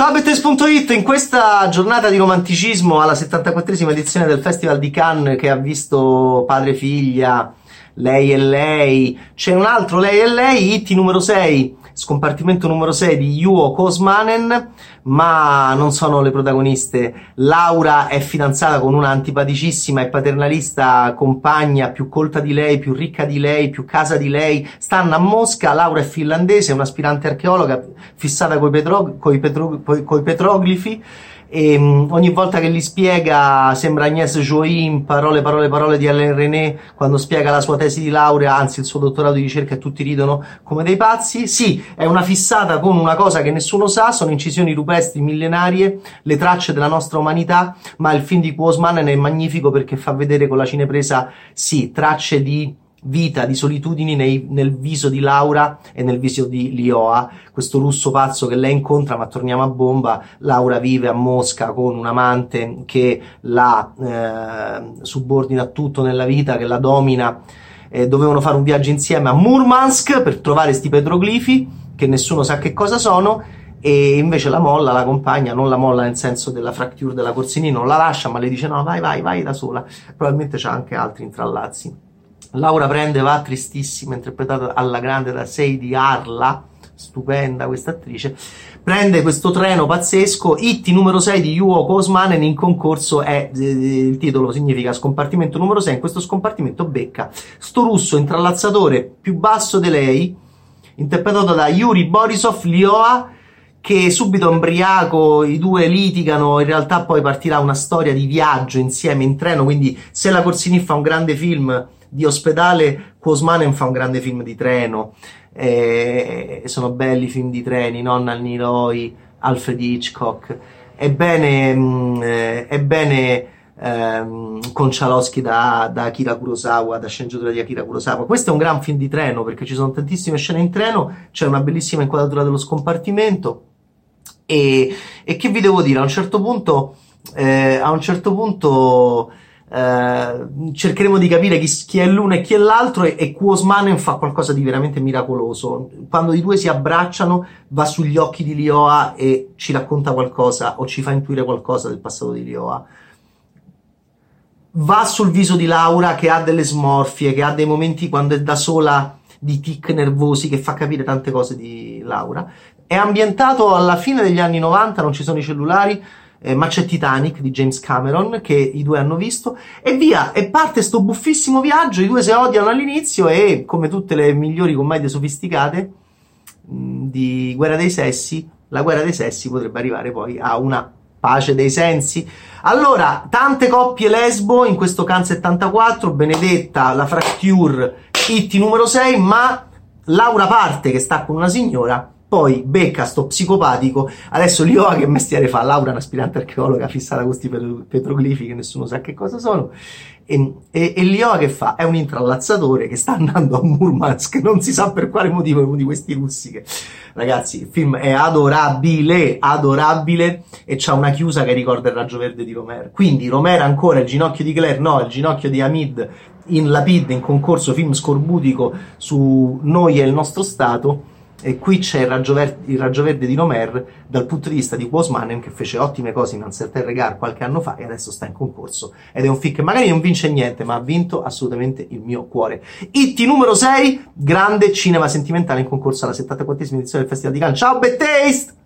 Ciao Bettes.it, in questa giornata di romanticismo alla 74esima edizione del Festival di Cannes che ha visto padre e figlia, lei e lei, c'è un altro lei e lei, It numero 6, scompartimento numero 6 di Juho Kuosmanen, ma non sono le protagoniste. Laura è fidanzata con una antipaticissima e paternalista compagna più colta di lei, più ricca di lei, più casa di lei, stanno a Mosca. Laura è finlandese, è un'aspirante archeologa fissata coi petroglifi, e ogni volta che li spiega sembra Agnès Join, parole di Alain René quando spiega la sua tesi di laurea, anzi il suo dottorato di ricerca, e tutti ridono come dei pazzi. Sì, è una fissata con una cosa che nessuno sa, sono incisioni rupestri millenarie, le tracce della nostra umanità, ma il film di Kuosmanen è magnifico perché fa vedere con la cinepresa, sì, tracce di vita, di solitudini nel viso di Laura e nel viso di Lioa, questo russo pazzo che lei incontra. Ma torniamo a bomba. Laura vive a Mosca con un amante che la subordina a tutto nella vita, che la domina. Dovevano fare un viaggio insieme a Murmansk per trovare sti petroglifi che nessuno sa che cosa sono, e invece la molla, la compagna, non la molla nel senso della fracture della Corsini, non la lascia, ma le dice no, vai da sola. Probabilmente c'ha anche altri intrallazzi. Laura va tristissima, interpretata alla grande da Sadie Arla, stupenda questa attrice, prende questo treno pazzesco. It numero 6 di Juho Kuosmanen, in concorso è, il titolo significa scompartimento numero 6, in questo scompartimento becca sto russo intrallazzatore più basso di lei, interpretato da Yuri Borisov, Lioa, che subito ubriaco, i due litigano, in realtà poi partirà una storia di viaggio insieme in treno, quindi se la Corsini fa un grande film di ospedale, Kuosmanen fa un grande film di treno. Sono belli film di treni, Nonna al Niroi, Alfred Hitchcock. Ebbene, Konchalovsky da Akira Kurosawa, da sceneggiatura di Akira Kurosawa. Questo è un gran film di treno perché ci sono tantissime scene in treno, c'è una bellissima inquadratura dello scompartimento, e che vi devo dire, a un certo punto cercheremo di capire chi è l'uno e chi è l'altro, e Kuosmanen fa qualcosa di veramente miracoloso. Quando i due si abbracciano, va sugli occhi di Lioa e ci racconta qualcosa o ci fa intuire qualcosa del passato di Lioa. Va sul viso di Laura, che ha delle smorfie, che ha dei momenti quando è da sola di tic nervosi, che fa capire tante cose di Laura. È ambientato alla fine degli anni 90, non ci sono i cellulari, ma c'è Titanic di James Cameron che i due hanno visto, e via, e parte sto buffissimo viaggio. I due si odiano all'inizio e, come tutte le migliori commedie sofisticate di guerra dei sessi, la guerra dei sessi potrebbe arrivare poi a una pace dei sensi. Allora, tante coppie lesbo in questo Cannes 74, benedetta la fracture, It numero 6, ma Laura parte che sta con una signora, poi becca sto psicopatico. Adesso Lioa che mestiere fa? Laura è un'aspirante archeologa fissata con questi petroglifi che nessuno sa che cosa sono, e Lioa che fa? È un intrallazzatore che sta andando a Murmansk, non si sa per quale motivo, è uno di questi russi che... Ragazzi, il film è adorabile, e c'ha una chiusa che ricorda il Raggio Verde di Romer. Quindi Romer ancora, il ginocchio di Claire no, il ginocchio di Hamid in Lapid, in concorso film scorbutico su Noi e il nostro Stato. E qui c'è il Raggio Verde di Romer dal punto di vista di Kuosmanen, che fece ottime cose in Un certain regard qualche anno fa e adesso sta in concorso, ed è un film che magari non vince niente, ma ha vinto assolutamente il mio cuore. It numero 6, grande cinema sentimentale in concorso alla 74esima edizione del Festival di Cannes. Ciao Bettaste!